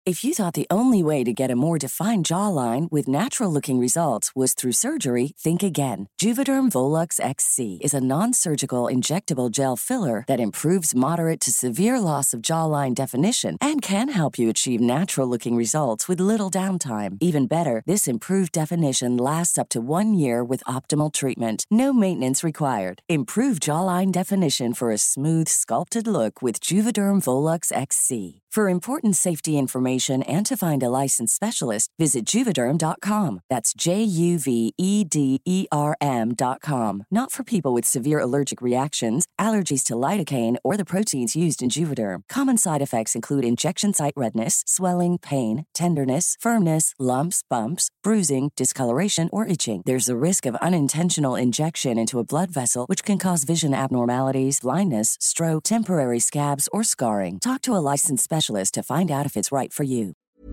If you thought the only way to get a more defined jawline with natural-looking results was through surgery, think again. Juvederm Volux XC is a non-surgical injectable gel filler that improves moderate to severe loss of jawline definition and can help you achieve natural-looking results with little downtime. Even better, this improved definition lasts up to 1 year with optimal treatment. No maintenance required. Improve jawline definition for a smooth, sculpted look with Juvederm Volux XC. For important safety information and to find a licensed specialist, visit Juvederm.com. That's Juvederm.com. Not for people with severe allergic reactions, allergies to lidocaine, or the proteins used in Juvederm. Common side effects include injection site redness, swelling, pain, tenderness, firmness, lumps, bumps, bruising, discoloration, or itching. There's a risk of unintentional injection into a blood vessel, which can cause vision abnormalities, blindness, stroke, temporary scabs, or scarring. Talk to a licensed specialist to find out if it's right for you.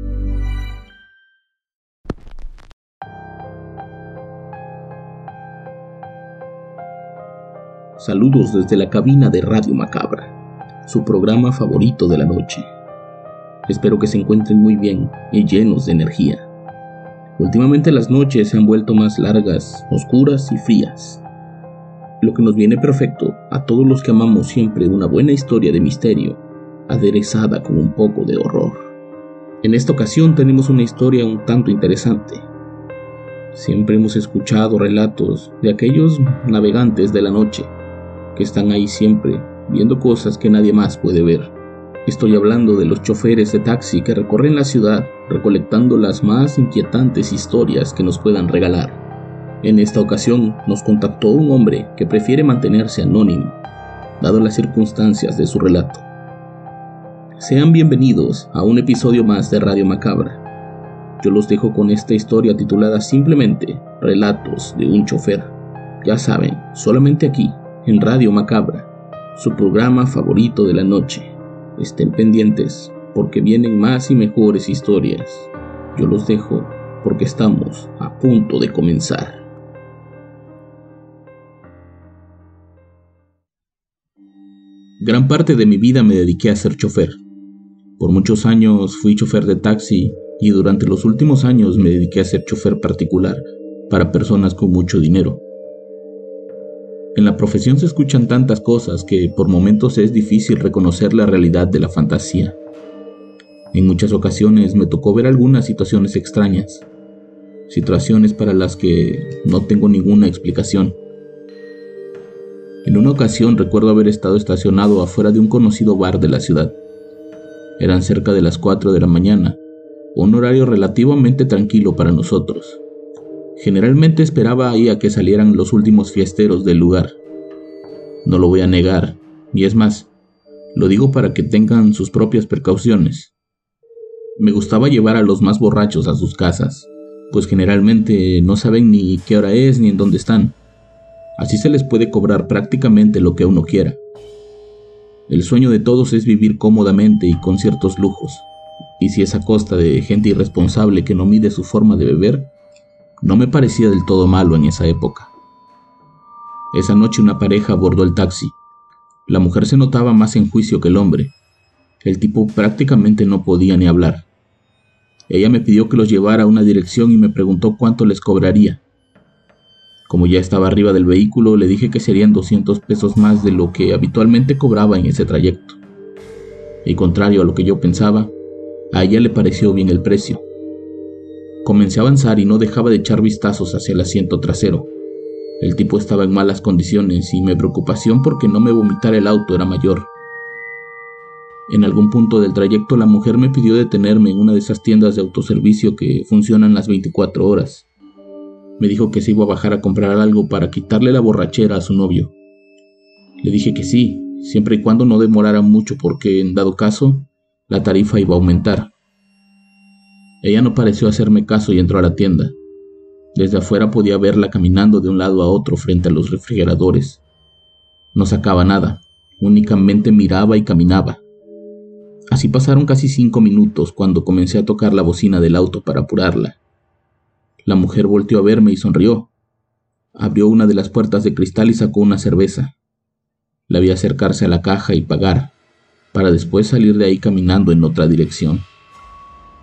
Saludos desde la cabina de Radio Macabra, su programa favorito de la noche. Espero que se encuentren muy bien y llenos de energía. Últimamente las noches se han vuelto más largas, oscuras y frías, lo que nos viene perfecto a todos los que amamos siempre una buena historia de misterio, aderezada con un poco de horror. En esta ocasión tenemos una historia un tanto interesante. Siempre hemos escuchado relatos de aquellos navegantes de la noche que están ahí siempre viendo cosas que nadie más puede ver. Estoy hablando de los choferes de taxi que recorren la ciudad recolectando las más inquietantes historias que nos puedan regalar. En esta ocasión nos contactó un hombre que prefiere mantenerse anónimo, dado las circunstancias de su relato. Sean bienvenidos a un episodio más de Radio Macabra. Yo los dejo con esta historia titulada simplemente Relatos de un chofer. Ya saben, solamente aquí, en Radio Macabra, su programa favorito de la noche. Estén pendientes, porque vienen más y mejores historias. Yo los dejo, porque estamos a punto de comenzar. Gran parte de mi vida me dediqué a ser chofer. Por muchos años fui chofer de taxi y durante los últimos años me dediqué a ser chofer particular para personas con mucho dinero. En la profesión se escuchan tantas cosas que por momentos es difícil reconocer la realidad de la fantasía. En muchas ocasiones me tocó ver algunas situaciones extrañas, situaciones para las que no tengo ninguna explicación. En una ocasión recuerdo haber estado estacionado afuera de un conocido bar de la ciudad. Eran cerca de las 4 de la mañana, un horario relativamente tranquilo para nosotros. Generalmente esperaba ahí a que salieran los últimos fiesteros del lugar. No lo voy a negar, y es más, lo digo para que tengan sus propias precauciones. Me gustaba llevar a los más borrachos a sus casas, pues generalmente no saben ni qué hora es ni en dónde están. Así se les puede cobrar prácticamente lo que uno quiera. El sueño de todos es vivir cómodamente y con ciertos lujos, y si es a costa de gente irresponsable que no mide su forma de beber, no me parecía del todo malo en esa época. Esa noche una pareja abordó el taxi. La mujer se notaba más en juicio que el hombre. El tipo prácticamente no podía ni hablar. Ella me pidió que los llevara a una dirección y me preguntó cuánto les cobraría. Como ya estaba arriba del vehículo, le dije que serían 200 pesos más de lo que habitualmente cobraba en ese trayecto. Y contrario a lo que yo pensaba, a ella le pareció bien el precio. Comencé a avanzar y no dejaba de echar vistazos hacia el asiento trasero. El tipo estaba en malas condiciones y mi preocupación porque no me vomitara el auto era mayor. En algún punto del trayecto la mujer me pidió detenerme en una de esas tiendas de autoservicio que funcionan las 24 horas. Me dijo que se iba a bajar a comprar algo para quitarle la borrachera a su novio. Le dije que sí, siempre y cuando no demorara mucho porque, en dado caso, la tarifa iba a aumentar. Ella no pareció hacerme caso y entró a la tienda. Desde afuera podía verla caminando de un lado a otro frente a los refrigeradores. No sacaba nada, únicamente miraba y caminaba. Así pasaron casi 5 minutos cuando comencé a tocar la bocina del auto para apurarla. La mujer volteó a verme y sonrió. Abrió una de las puertas de cristal y sacó una cerveza. La vi acercarse a la caja y pagar, para después salir de ahí caminando en otra dirección.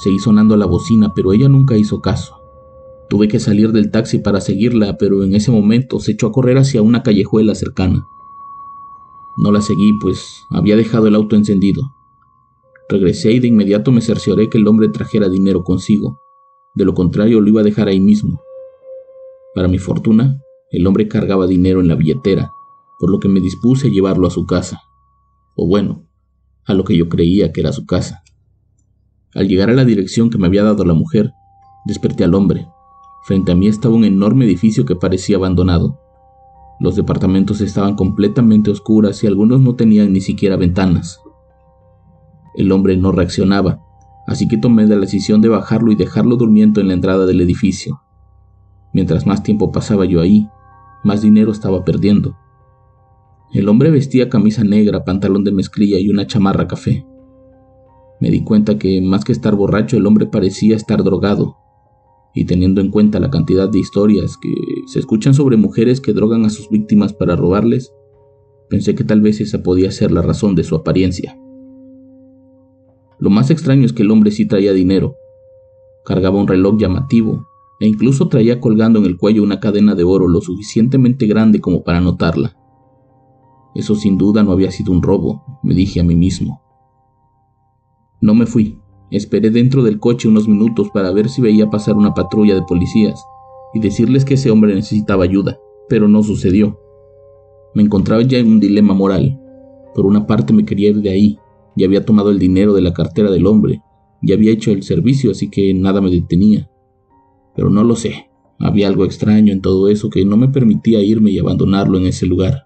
Seguí sonando la bocina, pero ella nunca hizo caso. Tuve que salir del taxi para seguirla, pero en ese momento se echó a correr hacia una callejuela cercana. No la seguí, pues había dejado el auto encendido. Regresé y de inmediato me cercioré que el hombre trajera dinero consigo. De lo contrario, lo iba a dejar ahí mismo. Para mi fortuna, el hombre cargaba dinero en la billetera, por lo que me dispuse a llevarlo a su casa. O bueno, a lo que yo creía que era su casa. Al llegar a la dirección que me había dado la mujer, desperté al hombre. Frente a mí estaba un enorme edificio que parecía abandonado. Los departamentos estaban completamente oscuras y algunos no tenían ni siquiera ventanas. El hombre no reaccionaba, así que tomé la decisión de bajarlo y dejarlo durmiendo en la entrada del edificio. Mientras más tiempo pasaba yo ahí, más dinero estaba perdiendo. El hombre vestía camisa negra, pantalón de mezclilla y una chamarra café. Me di cuenta que, más que estar borracho, el hombre parecía estar drogado. Y teniendo en cuenta la cantidad de historias que se escuchan sobre mujeres que drogan a sus víctimas para robarles, pensé que tal vez esa podía ser la razón de su apariencia. Lo más extraño es que el hombre sí traía dinero. Cargaba un reloj llamativo e incluso traía colgando en el cuello una cadena de oro lo suficientemente grande como para notarla. Eso sin duda no había sido un robo, me dije a mí mismo. No me fui. Esperé dentro del coche unos minutos para ver si veía pasar una patrulla de policías y decirles que ese hombre necesitaba ayuda, pero no sucedió. Me encontraba ya en un dilema moral. Por una parte me quería ir de ahí, ya había tomado el dinero de la cartera del hombre, ya había hecho el servicio, así que nada me detenía. Pero no lo sé, había algo extraño en todo eso que no me permitía irme y abandonarlo en ese lugar.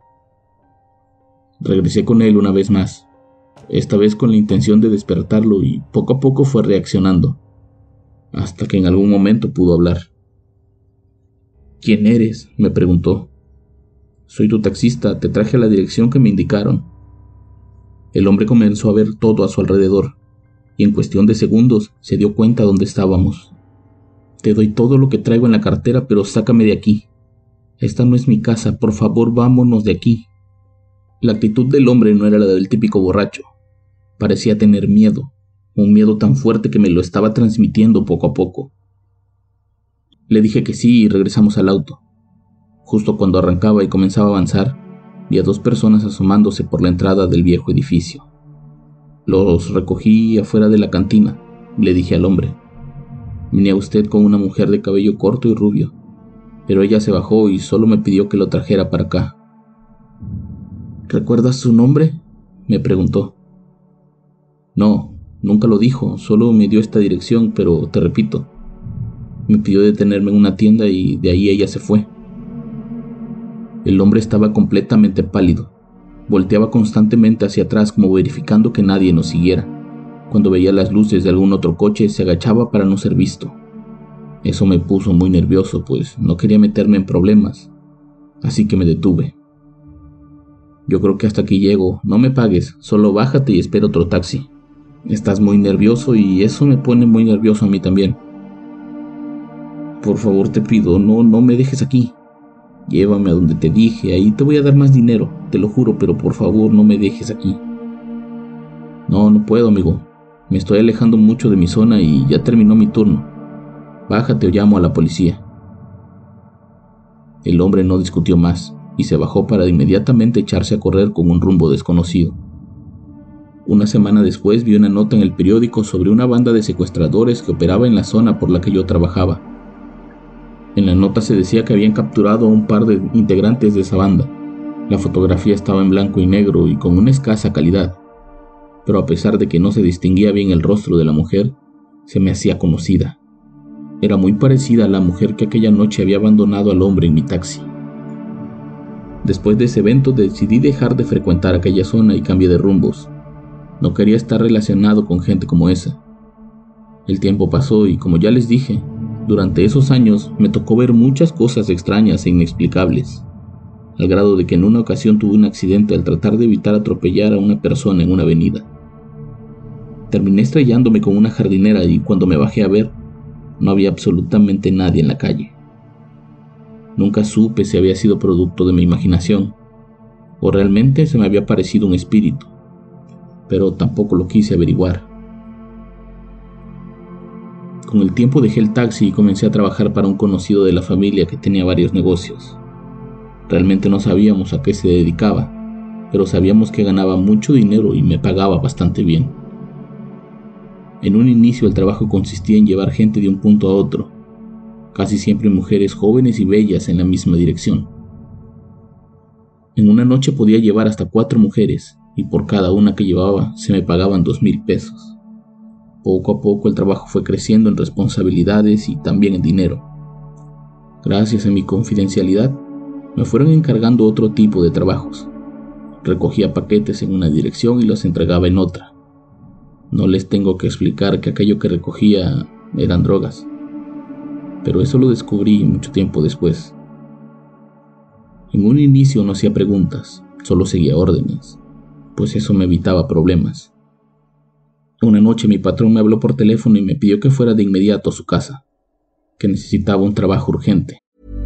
Regresé con él una vez más. Esta vez con la intención de despertarlo y poco a poco fue reaccionando, hasta que en algún momento pudo hablar. ¿Quién eres?, me preguntó. Soy tu taxista, te traje a la dirección que me indicaron. El hombre comenzó a ver todo a su alrededor, y en cuestión de segundos se dio cuenta dónde estábamos. Te doy todo lo que traigo en la cartera, pero sácame de aquí. Esta no es mi casa, por favor vámonos de aquí. La actitud del hombre no era la del típico borracho. Parecía tener miedo, un miedo tan fuerte que me lo estaba transmitiendo poco a poco. Le dije que sí y regresamos al auto. Justo cuando arrancaba y comenzaba a avanzar, vi a 2 personas asomándose por la entrada del viejo edificio. Los recogí afuera de la cantina, le dije al hombre. Vine a usted con una mujer de cabello corto y rubio, pero ella se bajó y solo me pidió que lo trajera para acá. ¿Recuerdas su nombre?, me preguntó. No, nunca lo dijo, solo me dio esta dirección, pero te repito, me pidió detenerme en una tienda y de ahí ella se fue. El hombre estaba completamente pálido, volteaba constantemente hacia atrás como verificando que nadie nos siguiera. Cuando veía las luces de algún otro coche se agachaba para no ser visto. Eso me puso muy nervioso, pues no quería meterme en problemas, así que me detuve. Yo creo que hasta aquí llego, no me pagues, solo bájate y espera otro taxi. Estás muy nervioso y eso me pone muy nervioso a mí también. Por favor te pido, no me dejes aquí. Llévame a donde te dije, ahí te voy a dar más dinero, te lo juro, pero por favor no me dejes aquí. No puedo, amigo. Me estoy alejando mucho de mi zona y ya terminó mi turno. Bájate o llamo a la policía. El hombre no discutió más y se bajó para inmediatamente echarse a correr con un rumbo desconocido. Una semana después vi una nota en el periódico sobre una banda de secuestradores que operaba en la zona por la que yo trabajaba. En la nota se decía que habían capturado a un par de integrantes de esa banda. La fotografía estaba en blanco y negro y con una escasa calidad, pero a pesar de que no se distinguía bien el rostro de la mujer, se me hacía conocida. Era muy parecida a la mujer que aquella noche había abandonado al hombre en mi taxi. Después de ese evento decidí dejar de frecuentar aquella zona y cambié de rumbos. No quería estar relacionado con gente como esa. El tiempo pasó y, como ya les dije, durante esos años me tocó ver muchas cosas extrañas e inexplicables, al grado de que en una ocasión tuve un accidente al tratar de evitar atropellar a una persona en una avenida. Terminé estrellándome con una jardinera y cuando me bajé a ver, no había absolutamente nadie en la calle. Nunca supe si había sido producto de mi imaginación o realmente se me había parecido un espíritu, pero tampoco lo quise averiguar. Con el tiempo dejé el taxi y comencé a trabajar para un conocido de la familia que tenía varios negocios. Realmente no sabíamos a qué se dedicaba, pero sabíamos que ganaba mucho dinero y me pagaba bastante bien. En un inicio el trabajo consistía en llevar gente de un punto a otro, casi siempre mujeres jóvenes y bellas en la misma dirección. En una noche podía llevar hasta 4 mujeres y por cada una que llevaba se me pagaban 2,000 pesos. Poco a poco el trabajo fue creciendo en responsabilidades y también en dinero. Gracias a mi confidencialidad, me fueron encargando otro tipo de trabajos. Recogía paquetes en una dirección y los entregaba en otra. No les tengo que explicar que aquello que recogía eran drogas, pero eso lo descubrí mucho tiempo después. En un inicio no hacía preguntas, solo seguía órdenes, pues eso me evitaba problemas. Una noche mi patrón me habló por teléfono y me pidió que fuera de inmediato a su casa, que necesitaba un trabajo urgente.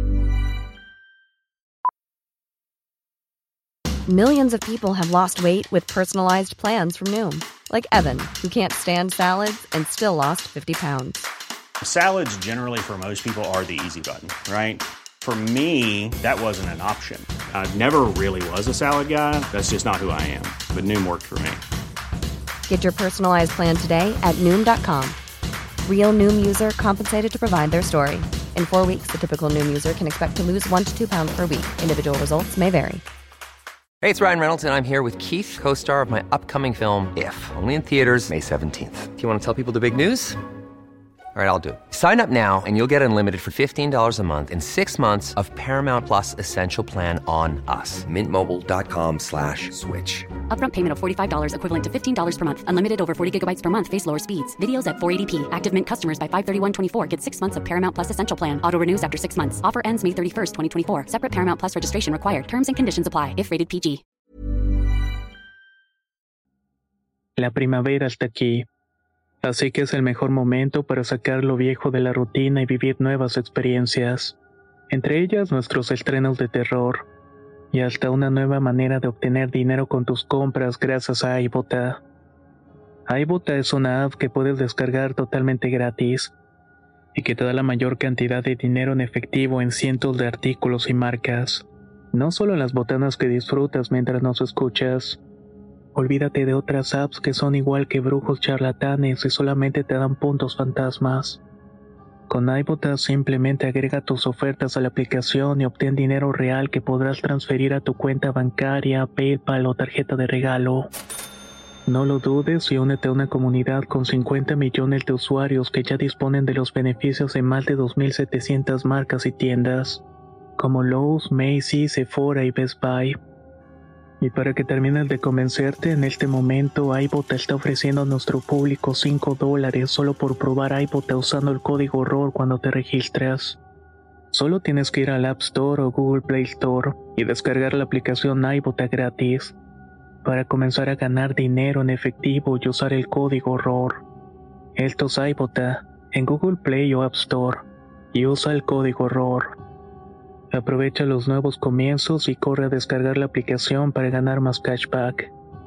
Millions of people have lost weight with personalized plans from Noom, like Evan, who can't stand salads and still lost 50 pounds. Salads generally for most people are the easy button, right? For me, that wasn't an option. I never really was a salad guy. That's just not who I am. But Noom worked for me. Get your personalized plan today at Noom.com. Real Noom user compensated to provide their story. In 4 weeks, the typical Noom user can expect to lose 1 to 2 pounds per week. Individual results may vary. Hey, it's Ryan Reynolds, and I'm here with Keith, co-star of my upcoming film, If, only in theaters May 17th. Do you want to tell people the big news? All right, I'll do it. Sign up now and you'll get unlimited for $15 a month and 6 months of Paramount Plus Essential Plan on us. MintMobile.com/switch. Upfront payment of $45 equivalent to $15 per month. Unlimited over 40 gigabytes per month. Face lower speeds. Videos at 480p. Active Mint customers by 531.24 get 6 months of Paramount Plus Essential Plan. Auto renews after 6 months. Offer ends May 31st, 2024. Separate Paramount Plus registration required. Terms and conditions apply if rated PG. La primavera está aquí. Así que es el mejor momento para sacar lo viejo de la rutina y vivir nuevas experiencias, entre ellas nuestros estrenos de terror, y hasta una nueva manera de obtener dinero con tus compras gracias a iBota. iBota es una app que puedes descargar totalmente gratis, y que te da la mayor cantidad de dinero en efectivo en cientos de artículos y marcas, no solo en las botanas que disfrutas mientras nos escuchas. Olvídate de otras apps que son igual que brujos charlatanes y solamente te dan puntos fantasmas. Con iBota simplemente agrega tus ofertas a la aplicación y obtén dinero real que podrás transferir a tu cuenta bancaria, PayPal o tarjeta de regalo. No lo dudes y únete a una comunidad con 50 millones de usuarios que ya disponen de los beneficios de más de 2,700 marcas y tiendas, como Lowe's, Macy's, Sephora y Best Buy. Y para que termines de convencerte, en este momento iBota está ofreciendo a nuestro público $5 solo por probar iBota usando el código ROR cuando te registras. Solo tienes que ir al App Store o Google Play Store y descargar la aplicación iBota gratis para comenzar a ganar dinero en efectivo y usar el código ROR. Esto es iBota en Google Play o App Store y usa el código ROR. Aprovecha los nuevos comienzos y corre a descargar la aplicación para ganar más cashback.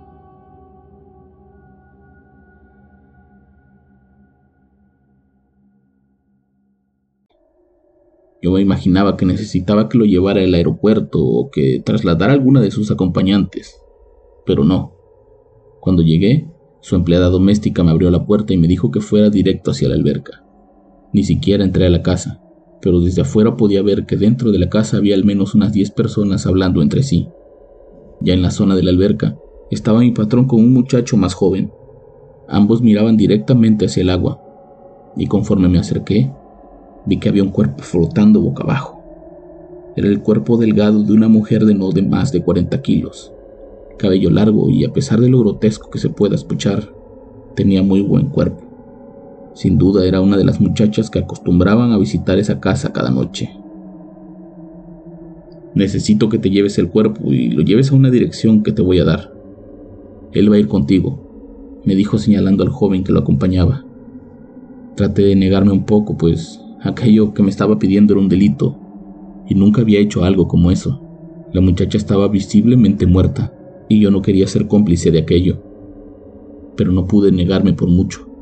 Yo me imaginaba que necesitaba que lo llevara al aeropuerto o que trasladara a alguna de sus acompañantes, pero no. Cuando llegué, su empleada doméstica me abrió la puerta y me dijo que fuera directo hacia la alberca. Ni siquiera entré a la casa, pero desde afuera podía ver que dentro de la casa había al menos unas 10 personas hablando entre sí. Ya en la zona de la alberca estaba mi patrón con un muchacho más joven. Ambos miraban directamente hacia el agua, y conforme me acerqué, vi que había un cuerpo flotando boca abajo. Era el cuerpo delgado de una mujer de no de más de 40 kilos, cabello largo y a pesar de lo grotesco que se pueda escuchar, tenía muy buen cuerpo. Sin duda era una de las muchachas que acostumbraban a visitar esa casa cada noche. Necesito que te lleves el cuerpo y lo lleves a una dirección que te voy a dar. Él va a ir contigo, me dijo señalando al joven que lo acompañaba. Traté de negarme un poco, pues aquello que me estaba pidiendo era un delito, y nunca había hecho algo como eso. La muchacha estaba visiblemente muerta, y yo no quería ser cómplice de aquello. Pero no pude negarme por mucho.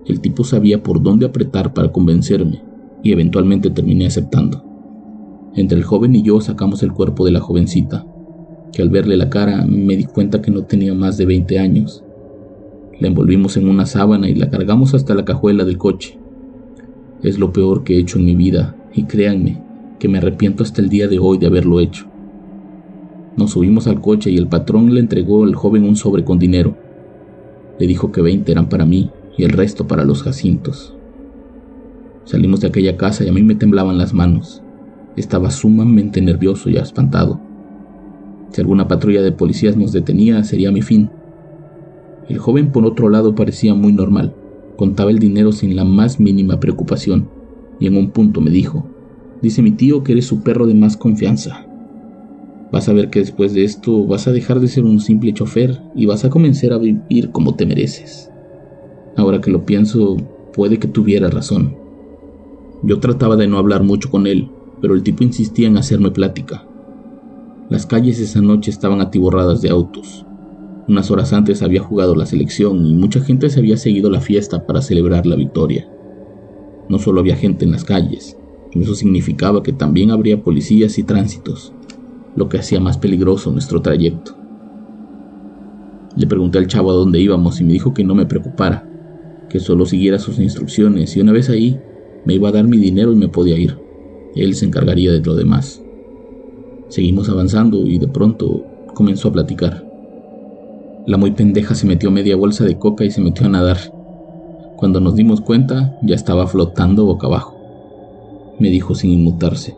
El tipo sabía por dónde apretar para convencerme y eventualmente terminé aceptando. Entre el joven y yo sacamos el cuerpo de la jovencita, que al verle la cara me di cuenta que no tenía más de 20 años. La envolvimos en una sábana y la cargamos hasta la cajuela del coche. Es lo peor que he hecho en mi vida y créanme que me arrepiento hasta el día de hoy de haberlo hecho. Nos subimos al coche y el patrón le entregó al joven un sobre con dinero. Le dijo que 20 eran para mí y el resto para los Jacintos. Salimos de aquella casa y a mí me temblaban las manos. Estaba sumamente nervioso y espantado. Si alguna patrulla de policías nos detenía, sería mi fin. El joven, por otro lado, parecía muy normal. Contaba el dinero sin la más mínima preocupación, y en un punto me dijo: «Dice mi tío que eres su perro de más confianza. Vas a ver que después de esto vas a dejar de ser un simple chofer y vas a comenzar a vivir como te mereces». Ahora que lo pienso, puede que tuviera razón. Yo trataba de no hablar mucho con él, pero el tipo insistía en hacerme plática. Las calles esa noche estaban atiborradas de autos. Unas horas antes había jugado la selección y mucha gente se había seguido la fiesta para celebrar la victoria. No solo había gente en las calles, eso significaba que también habría policías y tránsitos, lo que hacía más peligroso nuestro trayecto. Le pregunté al chavo a dónde íbamos y me dijo que no me preocupara, que solo siguiera sus instrucciones y una vez ahí me iba a dar mi dinero y me podía ir. Él se encargaría de lo demás. Seguimos avanzando y de pronto comenzó a platicar. La muy pendeja se metió media bolsa de coca y se metió a nadar. Cuando nos dimos cuenta, ya estaba flotando boca abajo. Me dijo sin inmutarse: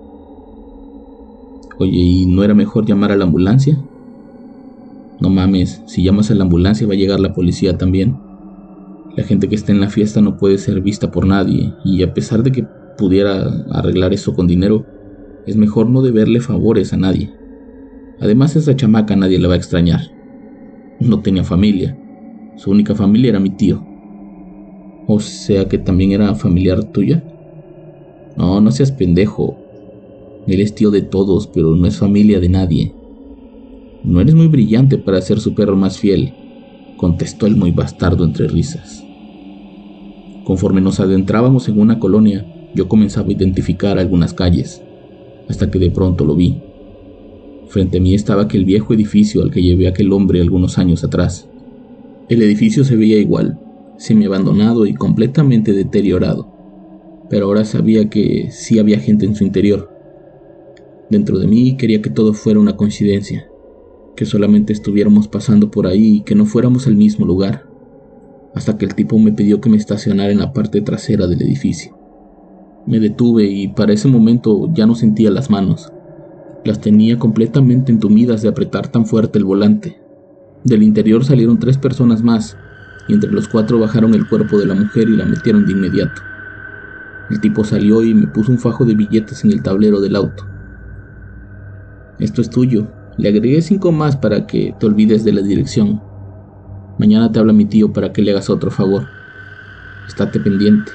«Oye, ¿y no era mejor llamar a la ambulancia?» «No mames, si llamas a la ambulancia va a llegar la policía también. La gente que está en la fiesta no puede ser vista por nadie, y a pesar de que pudiera arreglar eso con dinero, es mejor no deberle favores a nadie. Además, esa chamaca nadie la va a extrañar. No tenía familia, su única familia era mi tío». «O sea que también era familiar tuya?» «No, no seas pendejo. Él es tío de todos, pero no es familia de nadie». «No eres muy brillante para ser su perro más fiel», contestó el muy bastardo entre risas. Conforme nos adentrábamos en una colonia, yo comenzaba a identificar algunas calles, hasta que de pronto lo vi. Frente a mí estaba aquel viejo edificio al que llevé a aquel hombre algunos años atrás. El edificio se veía igual, semi-abandonado y completamente deteriorado, pero ahora sabía que sí había gente en su interior. Dentro de mí quería que todo fuera una coincidencia, que solamente estuviéramos pasando por ahí y que no fuéramos al mismo lugar, hasta que el tipo me pidió que me estacionara en la parte trasera del edificio. Me detuve y para ese momento ya no sentía las manos. Las tenía completamente entumidas de apretar tan fuerte el volante. Del interior salieron 3 personas más, y entre los 4 bajaron el cuerpo de la mujer y la metieron de inmediato. El tipo salió y me puso un fajo de billetes en el tablero del auto. «Esto es tuyo. Le agregué 5 más para que te olvides de la dirección. Mañana te habla mi tío para que le hagas otro favor. Estate pendiente».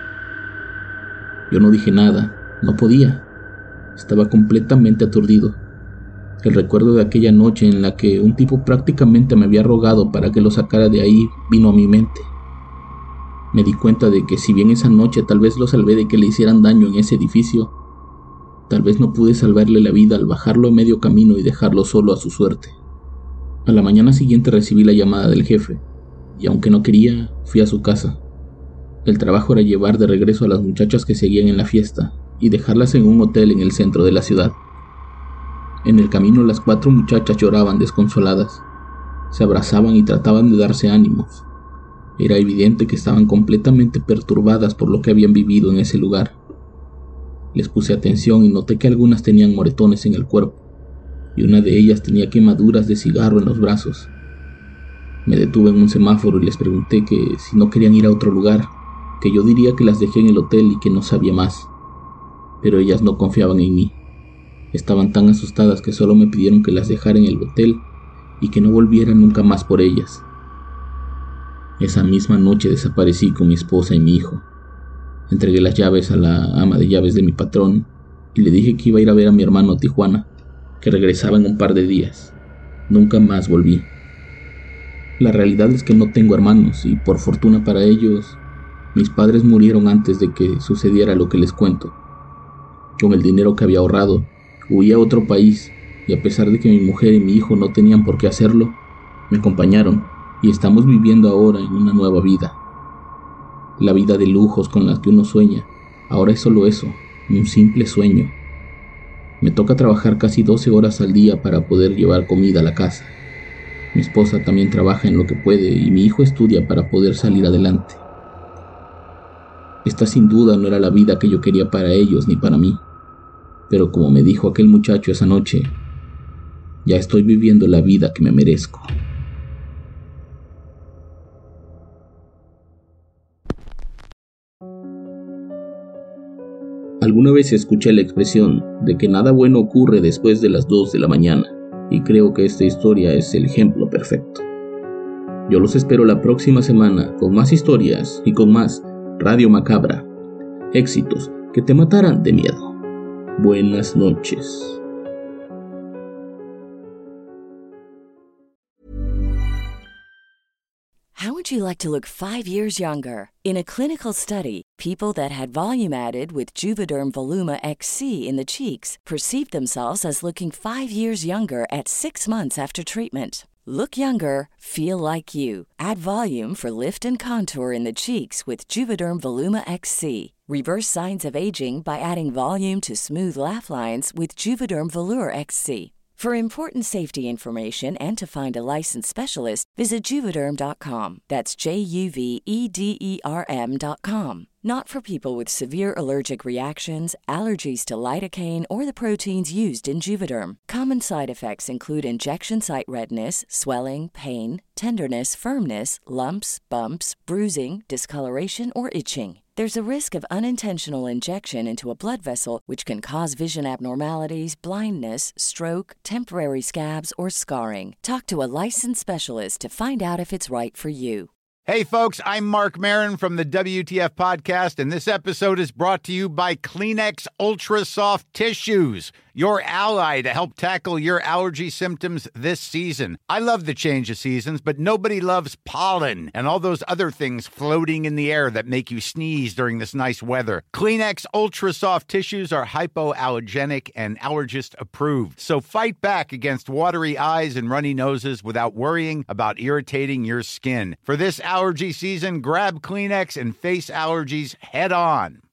Yo no dije nada, no podía. Estaba completamente aturdido. El recuerdo de aquella noche en la que un tipo prácticamente me había rogado para que lo sacara de ahí vino a mi mente. Me di cuenta de que si bien esa noche tal vez lo salvé de que le hicieran daño en ese edificio, tal vez no pude salvarle la vida al bajarlo a medio camino y dejarlo solo a su suerte. A la mañana siguiente recibí la llamada del jefe, y aunque no quería, fui a su casa. El trabajo era llevar de regreso a las muchachas que seguían en la fiesta y dejarlas en un hotel en el centro de la ciudad. En el camino las 4 muchachas lloraban desconsoladas, se abrazaban y trataban de darse ánimos. Era evidente que estaban completamente perturbadas por lo que habían vivido en ese lugar. Les puse atención y noté que algunas tenían moretones en el cuerpo, y una de ellas tenía quemaduras de cigarro en los brazos. Me detuve en un semáforo y les pregunté que si no querían ir a otro lugar, que yo diría que las dejé en el hotel y que no sabía más. Pero ellas no confiaban en mí. Estaban tan asustadas que solo me pidieron que las dejara en el hotel y que no volviera nunca más por ellas. Esa misma noche desaparecí con mi esposa y mi hijo. Entregué las llaves a la ama de llaves de mi patrón y le dije que iba a ir a ver a mi hermano a Tijuana, que regresaba en un par de días. Nunca más volví. La realidad es que no tengo hermanos y por fortuna para ellos, Mis padres murieron antes de que sucediera lo que les cuento. Con el dinero que había ahorrado, huí a otro país y a pesar de que mi mujer y mi hijo no tenían por qué hacerlo, me acompañaron y estamos viviendo ahora en una nueva vida. La vida de lujos con la que uno sueña, ahora es solo eso, un simple sueño. Me toca trabajar casi 12 horas al día para poder llevar comida a la casa. Mi esposa también trabaja en lo que puede y mi hijo estudia para poder salir adelante. Esta sin duda no era la vida que yo quería para ellos ni para mí, pero como me dijo aquel muchacho esa noche, ya estoy viviendo la vida que me merezco. Alguna vez escuché la expresión de que nada bueno ocurre después de las 2 de la mañana, y creo que esta historia es el ejemplo perfecto. Yo los espero la próxima semana con más historias y con más Radio Macabra. Éxitos que te matarán de miedo. Buenas noches. How would you like to look 5 years younger? In a clinical study, people that had volume added with Juvederm Voluma XC in the cheeks perceived themselves as looking 5 years younger at 6 months after treatment. Look younger, feel like you. Add volume for lift and contour in the cheeks with Juvederm Voluma XC. Reverse signs of aging by adding volume to smooth laugh lines with Juvederm Volure XC. For important safety information and to find a licensed specialist, visit Juvederm.com. That's JUVEDERM.com. Not for people with severe allergic reactions, allergies to lidocaine, or the proteins used in Juvederm. Common side effects include injection site redness, swelling, pain, tenderness, firmness, lumps, bumps, bruising, discoloration, or itching. There's a risk of unintentional injection into a blood vessel, which can cause vision abnormalities, blindness, stroke, temporary scabs, or scarring. Talk to a licensed specialist to find out if it's right for you. Hey, folks, I'm Mark Maron from the WTF Podcast, and this episode is brought to you by Kleenex Ultra Soft Tissues, your ally to help tackle your allergy symptoms this season. I love the change of seasons, but nobody loves pollen and all those other things floating in the air that make you sneeze during this nice weather. Kleenex Ultra Soft Tissues are hypoallergenic and allergist approved, so fight back against watery eyes and runny noses without worrying about irritating your skin. For this allergy season, grab Kleenex and face allergies head on.